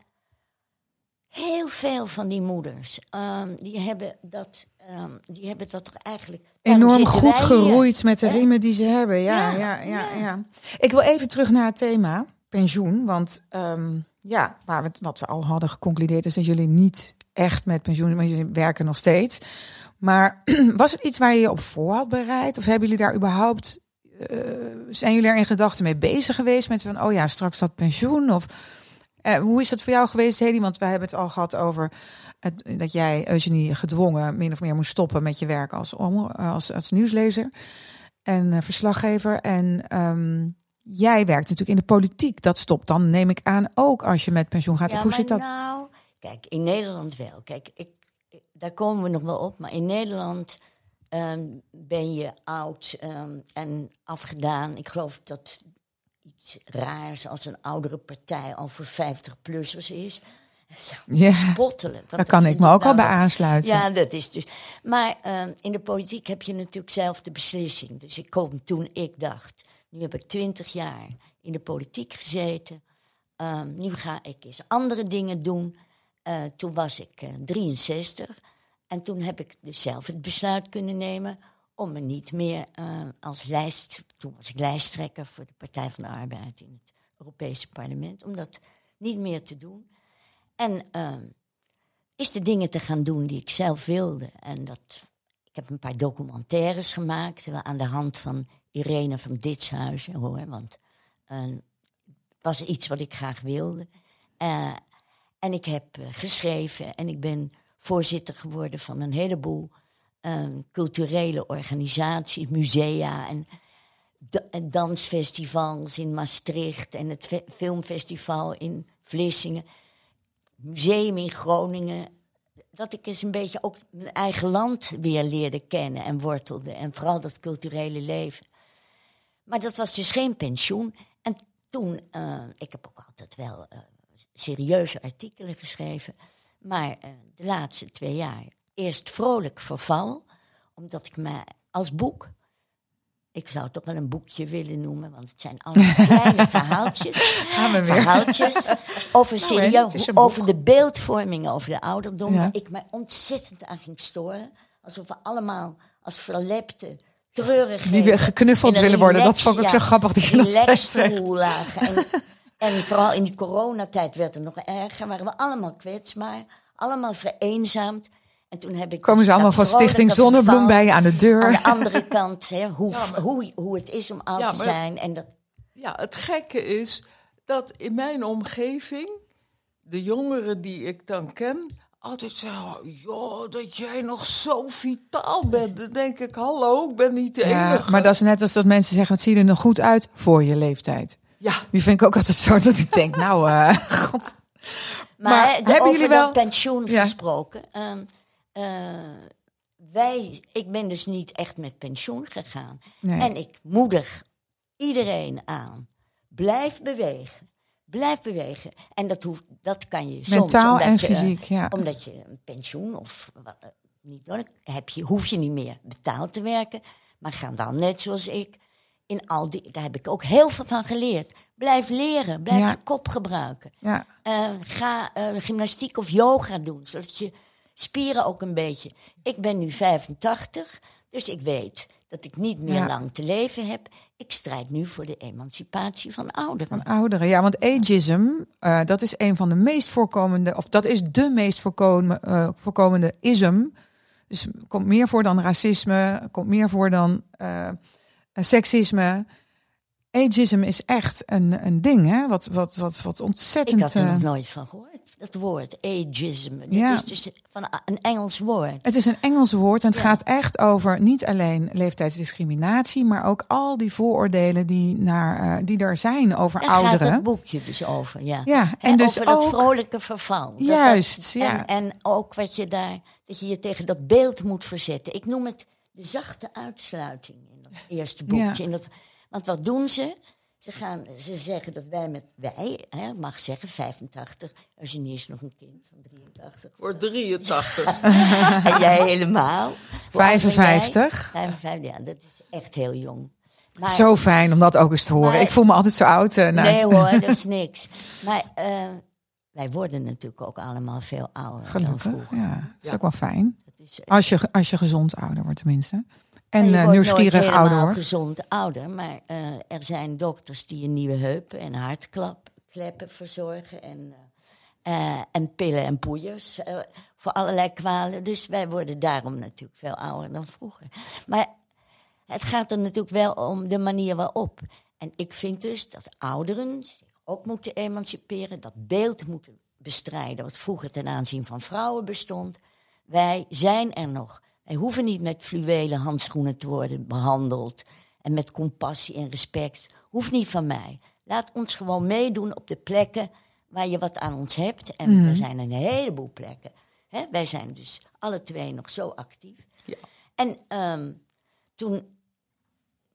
D: Heel veel van die moeders, um, die, hebben dat, um, die hebben dat toch eigenlijk...
B: Enorm goed geroeid met de hè? riemen die ze hebben. Ja, ja, ja, ja, ja. ja. Ik wil even terug naar het thema pensioen. Want um, ja, waar we, wat we al hadden geconcludeerd is dat jullie niet echt met pensioen... maar jullie werken nog steeds. Maar was het iets waar je je op voor had bereid? Of hebben jullie daar überhaupt... Uh, zijn jullie er in gedachten mee bezig geweest? Met van, oh ja, straks dat pensioen of... Uh, hoe is dat voor jou geweest, Hedy? Want wij hebben het al gehad over het, dat jij, Eugenie, gedwongen min of meer moest stoppen met je werk als, als, als nieuwslezer en uh, verslaggever. En um, jij werkt natuurlijk in de politiek. Dat stopt dan, neem ik aan, ook als je met pensioen gaat.
D: Ja,
B: of hoe
D: maar
B: zit dat?
D: Nou, kijk, in Nederland wel. Kijk, ik, daar komen we nog wel op. Maar in Nederland um, ben je oud um, en afgedaan. Ik geloof dat... Iets, iets raars als een oudere partij al voor vijftig-plussers is. Ja,
B: Ja,
D: spottelijk.
B: daar kan ik me ook al bij aansluiten.
D: Ja, dat is dus. Maar uh, in de politiek heb je natuurlijk zelf de beslissing. Dus ik kom toen ik dacht, nu heb ik twintig jaar in de politiek gezeten. Um, nu ga ik eens andere dingen doen. Uh, toen was ik uh, drieënzestig. En toen heb ik dus zelf het besluit kunnen nemen om me niet meer uh, als lijst... Toen was ik lijsttrekker voor de Partij van de Arbeid in het Europese parlement. Om dat niet meer te doen. En uh, is de dingen te gaan doen die ik zelf wilde. En dat, ik heb een paar documentaires gemaakt aan de hand van Irene van Ditshuizen, hoor. Want uh, het was iets wat ik graag wilde. Uh, en ik heb uh, geschreven en ik ben voorzitter geworden van een heleboel uh, culturele organisaties, musea en, da- en dansfestivals in Maastricht en het fe- filmfestival in Vlissingen. Museum in Groningen, dat ik eens een beetje ook mijn eigen land weer leerde kennen en wortelde. En vooral dat culturele leven. Maar dat was dus geen pensioen. En toen, uh, ik heb ook altijd wel uh, serieuze artikelen geschreven. Maar uh, de laatste twee jaar eerst vrolijk verval. Omdat ik me als boek... Ik zou het toch wel een boekje willen noemen, want het zijn allemaal kleine verhaaltjes.
B: Gaan we weer.
D: Verhaaltjes over,
B: Nou,
D: serieus,
B: hè,
D: over de beeldvorming, over de ouderdom.
B: Ja.
D: Waar ik me ontzettend aan ging storen. Alsof we allemaal als verlepte, treurige...
B: Die weer geknuffeld willen worden. Dat vond ik ook zo grappig dat je dat zegt.
D: lagen. En, en vooral in die coronatijd werd het nog erger. Waren we allemaal kwetsbaar, allemaal vereenzaamd. En toen heb ik
B: Komen
D: dus
B: ze allemaal
D: dat
B: van Stichting
D: vrolijke
B: Zonnebloem
D: verval
B: bij je aan de deur?
D: aan de andere kant, hè, hoe,
C: Ja, maar-
D: hoe, hoe het is om oud
C: Ja,
D: te
C: maar-
D: zijn. En dat,
C: Ja, het gekke is dat in mijn omgeving de jongeren die ik dan ken altijd zeggen: joh, dat jij nog zo vitaal bent. Dan denk ik: hallo, ik ben niet de
B: Ja,
C: enige.
B: maar dat is net als dat mensen zeggen, wat zie je er nog goed uit voor je leeftijd.
C: Ja,
B: Die vind ik ook altijd zo dat ik denk, nou, uh, god.
D: maar
B: Maar
D: de-
B: hebben
D: over
B: jullie wel-
D: dat pensioen
B: Ja.
D: gesproken. Um, uh, wij, ik ben dus niet echt met pensioen gegaan.
B: Nee.
D: En ik moedig iedereen aan. Blijf bewegen. Blijf bewegen. En dat, hoeft, dat kan je soms.
B: Mentaal
D: omdat
B: en
D: je, uh,
B: fysiek, ja.
D: Omdat je een pensioen of wat, uh, niet nodig heb je, hoef je niet meer betaald te werken. Maar ga dan net zoals ik. In al die, daar heb ik ook heel veel van geleerd. Blijf leren. Blijf
B: Ja.
D: je kop gebruiken.
B: Ja.
D: Uh, ga uh, gymnastiek of yoga doen, zodat je spieren ook een beetje... Ik ben nu vijfentachtig, dus ik weet dat ik niet meer
B: Ja.
D: lang te leven heb. Ik strijd nu voor de emancipatie van ouderen.
B: Van ouderen. Ja, want ageism, uh, dat is een van de meest voorkomende, of dat is de meest voorkomende, uh, voorkomende ism. Dus komt meer voor dan racisme, komt meer voor dan uh, seksisme. Ageism is echt een, een ding, hè? Wat, wat, wat, wat ontzettend...
D: Ik had er
B: uh,
D: nog nooit van gehoord, dat woord, ageism. Dat
B: Ja.
D: is dus van een Engels woord.
B: Het is een Engels woord en het
D: Ja.
B: gaat echt over niet alleen leeftijdsdiscriminatie, maar ook al die vooroordelen die, naar, uh, die er zijn over
D: Daar
B: ouderen.
D: gaat het boekje dus over, ja.
B: Ja,
D: Hè,
B: en dus
D: over dat
B: ook...
D: vrolijke verval. Dat-
B: Juist,
D: dat,
B: ja.
D: En, en ook wat je daar, dat je je tegen dat beeld moet verzetten. Ik noem het de zachte uitsluiting in dat eerste boekje.
B: Ja.
D: In dat, want wat doen ze? Ze, gaan, ze zeggen dat wij met, wij, hè, mag zeggen, vijfentachtig. Eugenie is nog een kind van drieëntachtig.
C: voor drieëntachtig.
D: En jij helemaal. Hoe oud ben jij?
B: vijfenvijftig.
D: vijfenvijftig, ja, dat is echt heel jong. Maar,
B: Zo fijn om dat ook eens te horen.
D: Maar-
B: ik voel me altijd zo oud. Uh, naast...
D: nee hoor, dat is niks. Maar uh, wij worden natuurlijk ook allemaal veel ouder dan
B: Gelukkig,
D: vroeger.
B: ja. Dat is
C: Ja.
B: ook wel fijn.
D: Dat is,
B: Als je, als je gezond ouder wordt tenminste. En
D: je
B: uh,
D: wordt
B: nieuwsgierig
D: nooit
B: ouder
D: helemaal
B: wordt.
D: gezond ouder, maar uh, er zijn dokters die een nieuwe heupen en hartkleppen verzorgen en, uh, uh, en pillen en poeiers uh, voor allerlei kwalen. Dus wij worden daarom natuurlijk veel ouder dan vroeger. Maar het gaat er natuurlijk wel om de manier waarop. En ik vind dus dat ouderen zich ook moeten emanciperen, dat beeld moeten bestrijden wat vroeger ten aanzien van vrouwen bestond. Wij zijn er nog. Wij hoeven niet met fluwelen handschoenen te worden behandeld. En met compassie en respect. Hoeft niet van mij. Laat ons gewoon meedoen op de plekken waar je wat aan ons hebt. En
B: Mhm.
D: er zijn een heleboel plekken. Hè? Wij zijn dus alle twee nog zo actief.
C: Ja.
D: En um, toen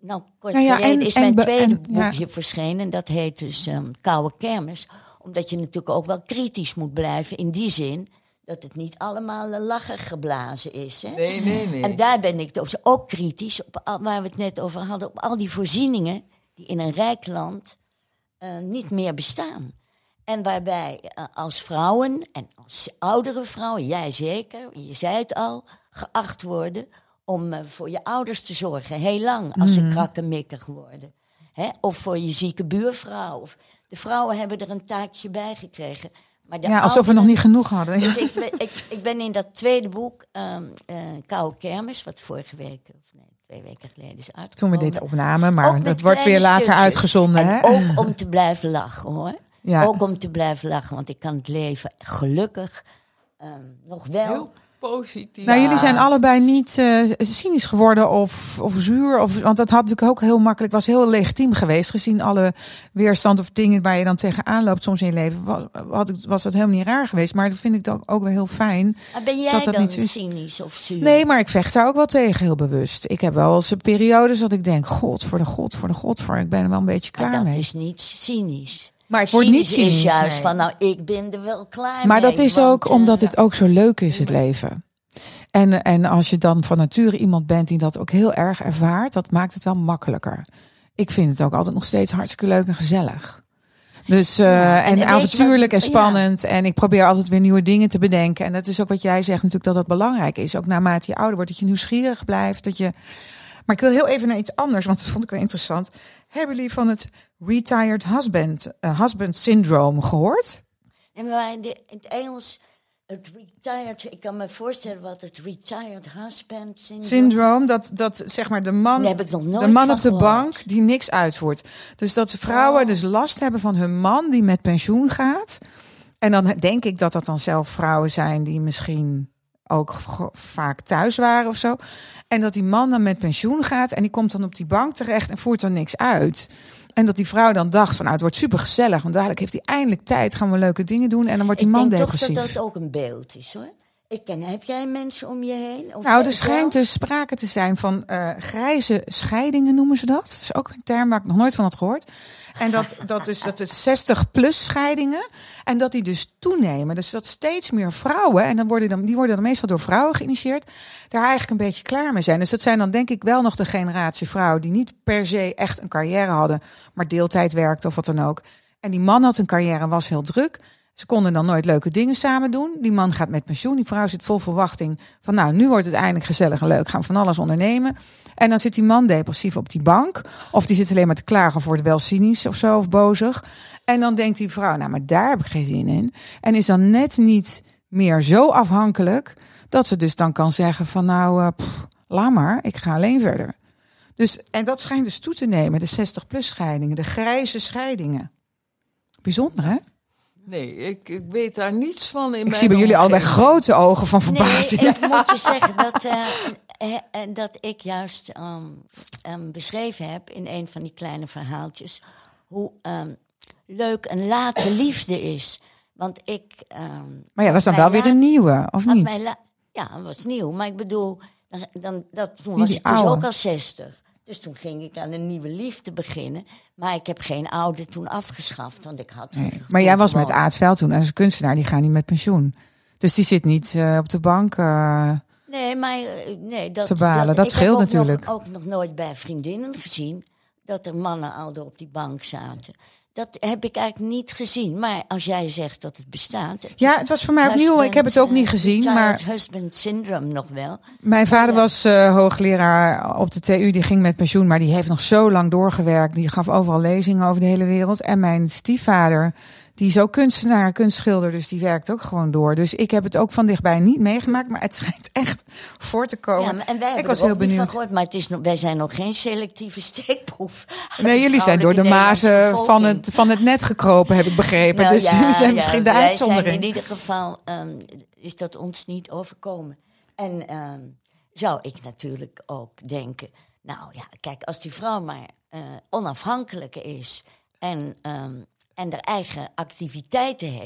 D: nou, kort
B: Nou ja,
D: geleden
B: en-
D: is
B: en
D: mijn
B: be-
D: tweede
B: en- ja.
D: boekje verschenen. Dat heet dus um, Koude Kermis. Omdat je natuurlijk ook wel kritisch moet blijven. In die zin dat het niet allemaal lachen geblazen is. Hè?
C: Nee, nee, nee.
D: En daar ben ik dus ook kritisch op, al- waar we het net over hadden. Op al die voorzieningen die in een rijk land uh, niet meer bestaan. En waarbij uh, als vrouwen en als oudere vrouwen, jij zeker, je zei het al, geacht worden om uh, voor je ouders te zorgen. Heel lang, als ze krakkemikkig worden. Hè? Of voor je zieke buurvrouw. Of, de vrouwen hebben er een taakje bij gekregen. Maar de
B: Ja, alsof we
D: ouderen-
B: nog niet genoeg hadden.
D: Dus ik, ben- ik, ik ben in dat tweede boek, um, uh, Koude Kermis, wat vorige week, of nee, twee weken geleden is
B: Toen
D: uitgekomen.
B: we dit opnamen,
D: Ook
B: maar
D: met
B: dat wordt
D: kleine
B: weer later
D: stukjes.
B: uitgezonden.
D: En
B: Hè?
D: ook om te blijven lachen, hoor.
B: Ja.
D: Ook om te blijven lachen, want ik kan het leven gelukkig um, nog wel...
C: Heel positief.
B: Nou,
D: Ja.
B: jullie zijn allebei niet eh, cynisch geworden of, of zuur. Of, want dat had natuurlijk ook heel makkelijk, was heel legitiem geweest. Gezien alle weerstand of dingen waar je dan tegenaan loopt soms in je leven. Was, had ik, was dat helemaal niet raar geweest. Maar dat vind ik ook, ook wel heel fijn.
D: Maar ben jij
B: dat dat
D: dan
B: niet zo is.
D: cynisch of zuur?
B: Nee, maar ik vecht daar ook wel tegen, heel bewust. Ik heb wel eens periodes dat ik denk, god voor de god, voor de god, voor. Ik ben er wel een beetje
D: Maar
B: klaar
D: dat
B: mee.
D: is niet cynisch.
B: Maar ik word niet cynisch.
D: is juist
B: nee.
D: van, nou, ik ben er wel klaar
B: Maar
D: mee.
B: dat is
D: want,
B: ook
D: uh,
B: omdat het ook zo leuk is, het leven. En, en als je dan van nature iemand bent die dat ook heel erg ervaart, dat maakt het wel makkelijker. Ik vind het ook altijd nog steeds hartstikke leuk en gezellig. Dus uh,
D: Ja, en
B: en,
D: weet je
B: avontuurlijk
D: wat-
B: en spannend. En ik probeer altijd weer nieuwe dingen te bedenken. En dat is ook wat jij zegt natuurlijk, dat dat belangrijk is. Ook naarmate je ouder wordt, dat je nieuwsgierig blijft. Dat je... Maar ik wil heel even naar iets anders, want dat vond ik wel interessant. Hebben jullie van het retired husband, uh, husband syndrome gehoord?
D: En maar in, de, in het Engels, het retired, ik kan me voorstellen wat het retired husband syndrome...
B: Syndroom, dat, dat zeg maar de man,
D: Daar heb ik nog nooit
B: de man
D: van
B: op de
D: gehoord.
B: bank die niks uitvoert. Dus dat vrouwen
D: Oh.
B: dus last hebben van hun man die met pensioen gaat. En dan denk ik dat dat dan zelf vrouwen zijn die misschien ook g- vaak thuis waren of zo. En dat die man dan met pensioen gaat en die komt dan op die bank terecht en voert dan niks uit. En dat die vrouw dan dacht van, nou, het wordt super gezellig, want dadelijk heeft hij eindelijk tijd, gaan we leuke dingen doen en dan wordt die
D: Ik
B: man
D: denk
B: depressief.
D: toch dat dat ook een beeld is, hoor. Ik ken, heb jij mensen om je heen? Of
B: Nou, er
D: jij
B: schijnt
D: zelf?
B: dus sprake te zijn van uh, grijze scheidingen, noemen ze dat. Dat is ook een term waar ik nog nooit van had gehoord. En dat, dat, dus, dat is zestig-plus scheidingen. En dat die dus toenemen. Dus dat steeds meer vrouwen, en dan worden dan, die worden dan meestal door vrouwen geïnitieerd, daar eigenlijk een beetje klaar mee zijn. Dus dat zijn dan denk ik wel nog de generatie vrouwen die niet per se echt een carrière hadden, maar deeltijd werkten of wat dan ook. En die man had een carrière en was heel druk. Ze konden dan nooit leuke dingen samen doen. Die man gaat met pensioen. Die vrouw zit vol verwachting van, nou, nu wordt het eindelijk gezellig en leuk. Gaan we van alles ondernemen. En dan zit die man depressief op die bank. Of die zit alleen maar te klagen of wordt wel cynisch of zo, of bozig. En dan denkt die vrouw, nou, maar daar heb ik geen zin in. En is dan net niet meer zo afhankelijk dat ze dus dan kan zeggen van, nou, uh, pff, laat maar, ik ga alleen verder. Dus, en dat schijnt dus toe te nemen, de zestig-plus scheidingen, de grijze scheidingen. Bijzonder, hè?
C: Nee, ik, ik weet daar niets van in
B: Ik
C: mijn
B: zie bij jullie allebei
C: omgeving.
B: grote ogen van verbazing.
D: Nee, ik moet je zeggen dat, uh, eh, eh, dat ik juist um, um, beschreven heb in een van die kleine verhaaltjes hoe um, leuk een late liefde is. Want ik... Um,
B: Maar ja, dat is dan
D: mijn
B: wel weer een
D: laat-
B: nieuwe, of
D: had
B: niet?
D: mijn la- ja, dat was nieuw. Maar ik bedoel, dan, dan, dat, toen
B: Niet
D: was
B: die
D: ik dus
B: oude.
D: ook al zestig. Dus toen ging ik aan een nieuwe liefde beginnen. Maar ik heb geen oude toen afgeschaft, want ik had...
B: Nee.
D: toen
B: Maar jij was met
D: gewoon-
B: Aad Veld toen, als een kunstenaar, die gaat niet met pensioen. Dus die zit niet uh, op de bank. Uh,
D: Nee, maar uh, nee, dat,
B: te balen. Dat
D: ik
B: scheelt
D: heb ook
B: natuurlijk.
D: Nog, ook nog nooit bij vriendinnen gezien dat er mannen ouder op die bank zaten. Dat heb ik eigenlijk niet gezien. Maar als jij zegt dat het bestaat...
B: ja, het was voor mij ook nieuw. Ik heb het ook niet gezien.
D: Het
B: Maar
D: husband syndrome nog wel.
B: mijn vader
D: Ja.
B: was uh, hoogleraar op de T U. Die ging met pensioen, maar die heeft nog zo lang doorgewerkt. Die gaf overal lezingen over de hele wereld. En mijn stiefvader, die is ook kunstenaar, kunstschilder. Dus die werkt ook gewoon door. Dus ik heb het ook van dichtbij niet meegemaakt. Maar het schijnt echt voor te komen.
D: Ja, maar- en wij
B: ik
D: hebben
B: was
D: er ook
B: heel
D: niet van
B: benieuwd.
D: gehoord, maar het is nog, wij zijn nog geen selectieve steekproef.
B: Nee, jullie zijn door de mazen van het, van het net gekropen, heb ik begrepen.
D: Nou
B: dus
D: ja,
B: jullie zijn
D: ja,
B: misschien de
D: wij
B: uitzondering.
D: Zijn in ieder geval um, is dat ons niet overkomen. En um, zou ik natuurlijk ook denken... Nou ja, kijk, als die vrouw maar uh, onafhankelijk is... en, um, en haar eigen activiteiten heeft...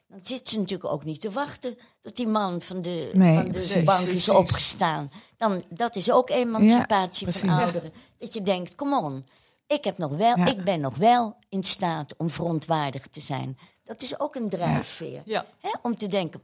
D: dan zit ze natuurlijk ook niet te wachten tot die man van de,
B: Nee,
D: van de
B: precies.
D: bank is
C: Precies.
D: opgestaan. Dan, dat is ook emancipatie
B: Ja,
D: van
B: precies.
D: ouderen. Dat je denkt, come on, ik, heb nog wel,
B: Ja.
D: ik ben nog wel in staat om verontwaardigd te zijn. Dat is ook een drijfveer.
C: Ja.
D: Hè? Om te denken,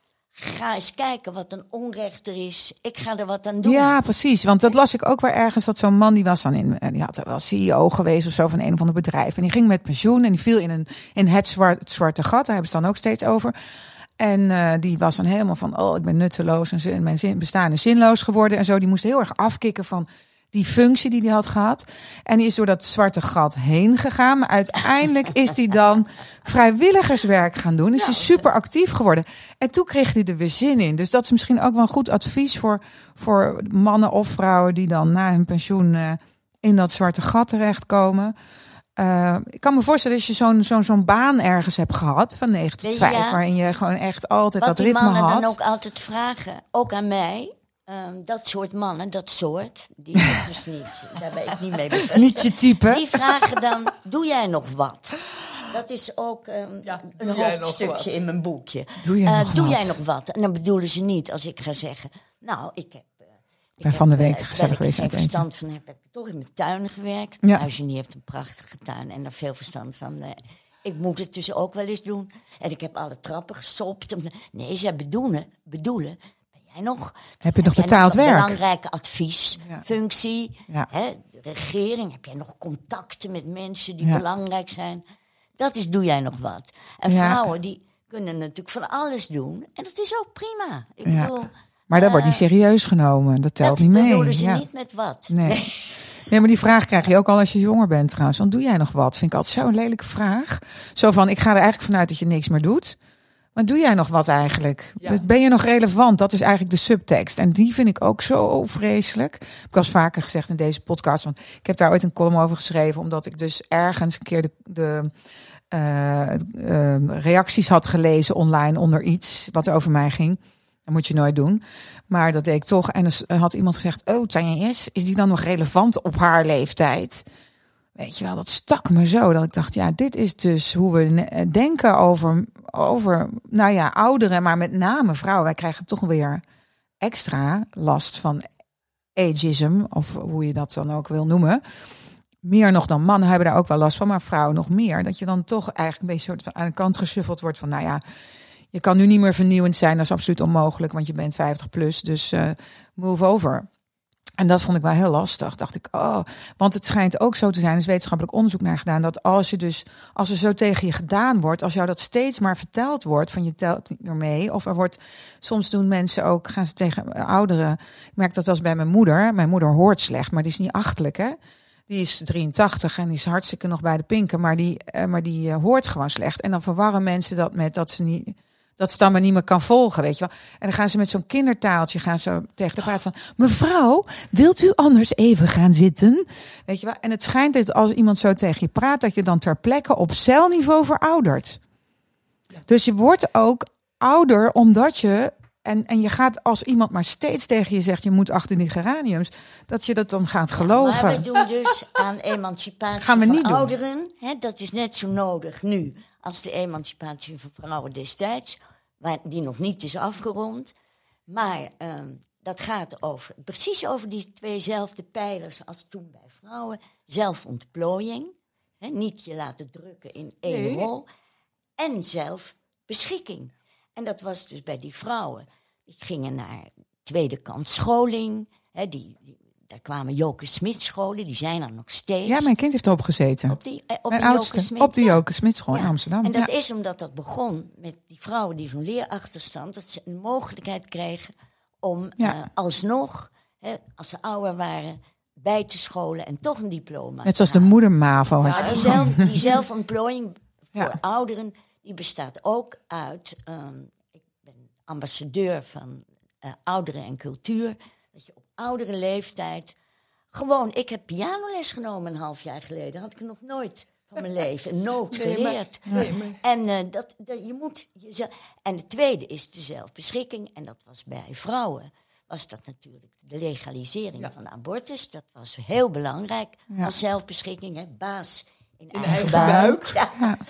D: ga eens kijken wat een onrecht er is. Ik ga er wat aan doen.
B: Ja, precies. Want dat las ik ook wel ergens. Dat zo'n man, die was dan in, die had wel C E O geweest of zo van een of ander bedrijf. En die ging met pensioen en die viel in, een, in het, zwart, het zwarte gat. Daar hebben ze dan ook steeds over. En uh, die was dan helemaal van, oh, ik ben nutteloos en zin, mijn zin, bestaan is zinloos geworden en zo. Die moest heel erg afkicken van die functie die hij had gehad. En die is door dat zwarte gat heen gegaan. Maar uiteindelijk is hij dan vrijwilligerswerk gaan doen. Is hij
D: Nou,
B: super actief geworden. En toen kreeg hij er weer zin in. Dus dat is misschien ook wel een goed advies voor, voor mannen of vrouwen die dan na hun pensioen uh, in dat zwarte gat terechtkomen. Uh, ik kan me voorstellen dat je zo'n, zo'n, zo'n baan ergens hebt gehad van negen tot vijf,
D: Ja.
B: waarin je gewoon echt altijd
D: Wat
B: dat
D: die
B: ritme
D: mannen
B: had.
D: dan ook altijd vragen, ook aan mij. Um, dat soort mannen, dat soort, die ik dus niet, daar ben ik niet mee bevestigd.
B: Niet je type.
D: Die vragen dan, doe jij nog wat? Dat is ook um,
C: Ja,
D: een
C: doe jij nog
D: hoofdstukje
C: wat?
D: in mijn boekje.
B: Doe jij
D: Uh,
B: nog
D: doe
B: wat?
D: jij nog wat? En dan bedoelen ze niet als ik ga zeggen, nou, ik heb... Uh, ik
B: ben van de week
D: uh,
B: gezellig
D: terwijl
B: geweest
D: ik
B: uit
D: geen
B: eten.
D: verstand van heb, heb ik toch in mijn tuin gewerkt.
B: Ja.
D: Eugenie heeft een prachtige tuin en daar veel verstand van. Uh, ik moet het dus ook wel eens doen. En ik heb alle trappen gesopt. Nee, ze bedoelen, bedoelen... En nog,
B: Heb je nog
D: jij
B: betaald
D: nog
B: werk?
D: Belangrijke advies,
B: Ja.
D: functie,
B: Ja.
D: hè, de regering. Heb jij nog contacten met mensen die
B: Ja.
D: belangrijk zijn? Dat is, doe jij nog wat? En
B: Ja.
D: vrouwen die kunnen natuurlijk van alles doen. En dat is ook prima. Ik
B: Ja.
D: bedoel,
B: Maar dat
D: uh,
B: wordt niet serieus genomen. Dat telt
D: dat
B: niet mee.
D: bedoelen ze
B: Ja.
D: niet met wat.
B: Nee. Nee, maar die vraag krijg je ook al als je jonger bent trouwens. Want doe jij nog wat? Vind ik altijd zo'n lelijke vraag. Zo van, ik ga er eigenlijk vanuit dat je niks meer doet. Maar doe jij nog wat eigenlijk?
C: Ja.
B: Ben je nog relevant? Dat is eigenlijk de subtekst. En die vind ik ook zo vreselijk. Ik heb al eens vaker gezegd in deze podcast. Want ik heb daar ooit een column over geschreven. Omdat ik dus ergens een keer de, de uh, uh, reacties had gelezen online onder iets wat over mij ging. Dat moet je nooit doen. Maar dat deed ik toch. En er had iemand gezegd, oh, Tanja S., is die dan nog relevant op haar leeftijd? Weet je wel, dat stak me zo. Dat ik dacht, ja, dit is dus hoe we denken over, over nou ja, ouderen, maar met name vrouwen. Wij krijgen toch weer extra last van ageism, of hoe je dat dan ook wil noemen. Meer nog dan mannen hebben daar ook wel last van, maar vrouwen nog meer. Dat je dan toch eigenlijk een beetje soort van aan de kant geschuffeld wordt van, nou ja, je kan nu niet meer vernieuwend zijn. Dat is absoluut onmogelijk, want je bent vijftig plus. Dus uh, move over. En dat vond ik wel heel lastig. Dacht ik, oh, want het schijnt ook zo te zijn, er is wetenschappelijk onderzoek naar gedaan, dat als je dus, als er zo tegen je gedaan wordt, als jou dat steeds maar verteld wordt, van je telt niet meer mee, of er wordt, soms doen mensen ook, gaan ze tegen ouderen, ik merk dat wel eens bij mijn moeder, mijn moeder hoort slecht, maar die is niet achterlijk, hè. Die is drieëntachtig en die is hartstikke nog bij de pinken, maar die, uh, maar die uh, hoort gewoon slecht. En dan verwarren mensen dat met dat ze niet, dat ze dan maar niet meer kan volgen, weet je wel. En dan gaan ze met zo'n kindertaaltje gaan ze tegen de praat van, mevrouw, wilt u anders even gaan zitten? Weet je wel. En het schijnt dat als iemand zo tegen je praat, dat je dan ter plekke op celniveau veroudert. Ja. Dus je wordt ook ouder omdat je, en, en je gaat als iemand maar steeds tegen je zegt, je moet achter die geraniums, dat je dat dan gaat geloven.
D: Ja, maar we doen dus aan emancipatie
B: gaan we
D: van
B: niet
D: ouderen. Hè, dat is net zo nodig nu als de emancipatie van vrouwen destijds, waar die nog niet is afgerond. Maar um, dat gaat over, precies over die tweezelfde pijlers als toen bij vrouwen. Zelfontplooiing, hè, niet je laten drukken in één
C: Nee.
D: rol. En zelfbeschikking. En dat was dus bij die vrouwen. Die gingen naar tweede kans scholing. Hè, die, die, daar kwamen Joke Smit scholen, die zijn er nog steeds.
B: Ja, mijn kind heeft erop gezeten.
D: Op die, eh, op
B: Mijn
D: een Joke
B: oudste,
D: Smit,
B: op de
D: ja.
B: Joke Smitschool in
D: Ja.
B: Amsterdam.
D: En dat
B: Ja.
D: is omdat dat begon met die vrouwen die zo'n leerachterstand, dat ze een mogelijkheid kregen om
B: Ja.
D: uh, alsnog, hè, als ze ouder waren, bij te scholen en toch een diploma
B: Net
D: te
B: zoals de
D: halen.
B: moeder MAVO. had
D: Ja,
B: je
D: die,
B: gewoon.
D: zelf, die zelfontplooiing voor
B: Ja.
D: ouderen, die bestaat ook uit, um, ik ben ambassadeur van uh, ouderen en cultuur, dat je op oudere leeftijd gewoon, ik heb pianoles genomen een half jaar geleden, had ik nog nooit van mijn leven, een noot
C: Nee, maar-
D: geleerd.
C: nee, maar-
D: En uh, dat, dat, je moet jezelf, en de tweede is de zelfbeschikking, en dat was bij vrouwen, was dat natuurlijk de legalisering
C: Ja.
D: van de abortus. Dat was heel belangrijk
B: Ja.
D: als zelfbeschikking, hè, baas in,
C: In
D: eigen,
C: eigen
D: buik.
C: buik.
D: Ja.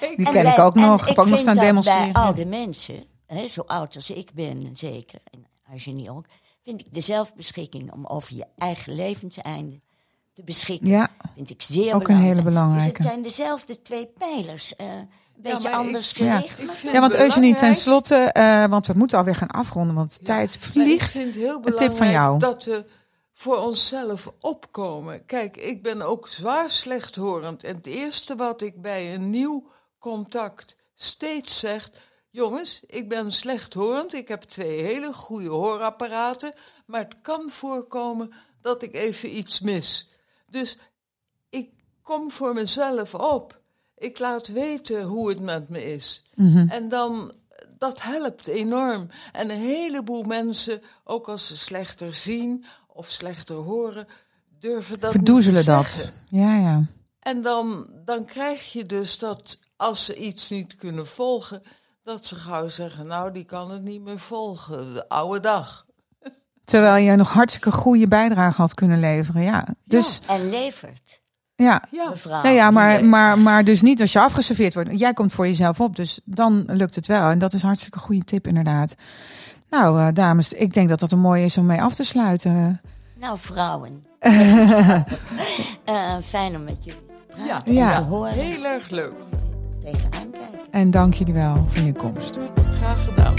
C: ik,
B: Die
D: En
B: ken
D: wij-
B: ik ook
D: en
B: nog. Ik heb ook nog
D: vind
B: staan
D: dat
B: demonstreren.
D: Bij oude mensen, hè, zo oud als ik ben, zeker, en Eugenie ook, vind ik de zelfbeschikking om over je eigen levenseinde te beschikken.
B: Ja,
D: Vind ik zeer
B: ook een
D: belangrijk.
B: hele belangrijke.
D: Dus het zijn dezelfde twee pijlers. eh, een beetje
C: maar ik-
D: anders
B: Ja.
D: gericht.
C: ik
D: maar
C: vind
B: ja want
C: het
B: Eugenie,
C: belangrijk-
B: tenslotte, uh, want we moeten alweer gaan afronden, want de tijd
C: Maar
B: vliegt.
C: ik vind het heel
B: Een tip
C: belangrijk
B: van jou.
C: dat we voor onszelf opkomen. Kijk, ik ben ook zwaar slechthorend. En het eerste wat ik bij een nieuw contact steeds zeg... Jongens, ik ben slechthorend. Ik heb twee hele goede hoorapparaten. Maar het kan voorkomen dat ik even iets mis. Dus ik kom voor mezelf op. Ik laat weten hoe het met me is.
B: Mhm.
C: En dan, dat helpt enorm. En een heleboel mensen, ook als ze slechter zien of slechter horen, durven dat
B: Verdoezelen
C: niet te
B: dat.
C: zeggen.
B: Ja, ja.
C: En dan, dan krijg je dus dat als ze iets niet kunnen volgen, dat ze gauw zeggen, nou, die kan het niet meer volgen. De oude dag.
B: Terwijl je nog hartstikke goede bijdrage had kunnen leveren. Ja, dus
D: En levert,
B: ja.
C: Ja,
D: mevrouw.
B: Nou ja, maar,
C: Nee.
B: maar, maar dus niet als je afgeserveerd wordt. Jij komt voor jezelf op, dus dan lukt het wel. En dat is een hartstikke goede tip inderdaad. Nou, uh, dames, ik denk dat dat een mooie is om mee af te sluiten.
D: Nou, vrouwen. uh, fijn om met jullie te praten
C: Ja.
D: en
B: Ja.
D: te horen.
C: heel erg leuk.
D: Tegenaan kijken.
B: En dank jullie wel voor je komst.
C: Graag gedaan.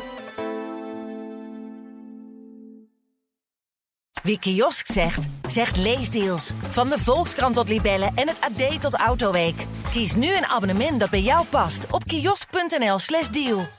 A: Wie kiosk zegt, zegt leesdeals. Van de Volkskrant tot Libellen en het A D tot Autoweek. Kies nu een abonnement dat bij jou past op kiosk punt n l slash deal.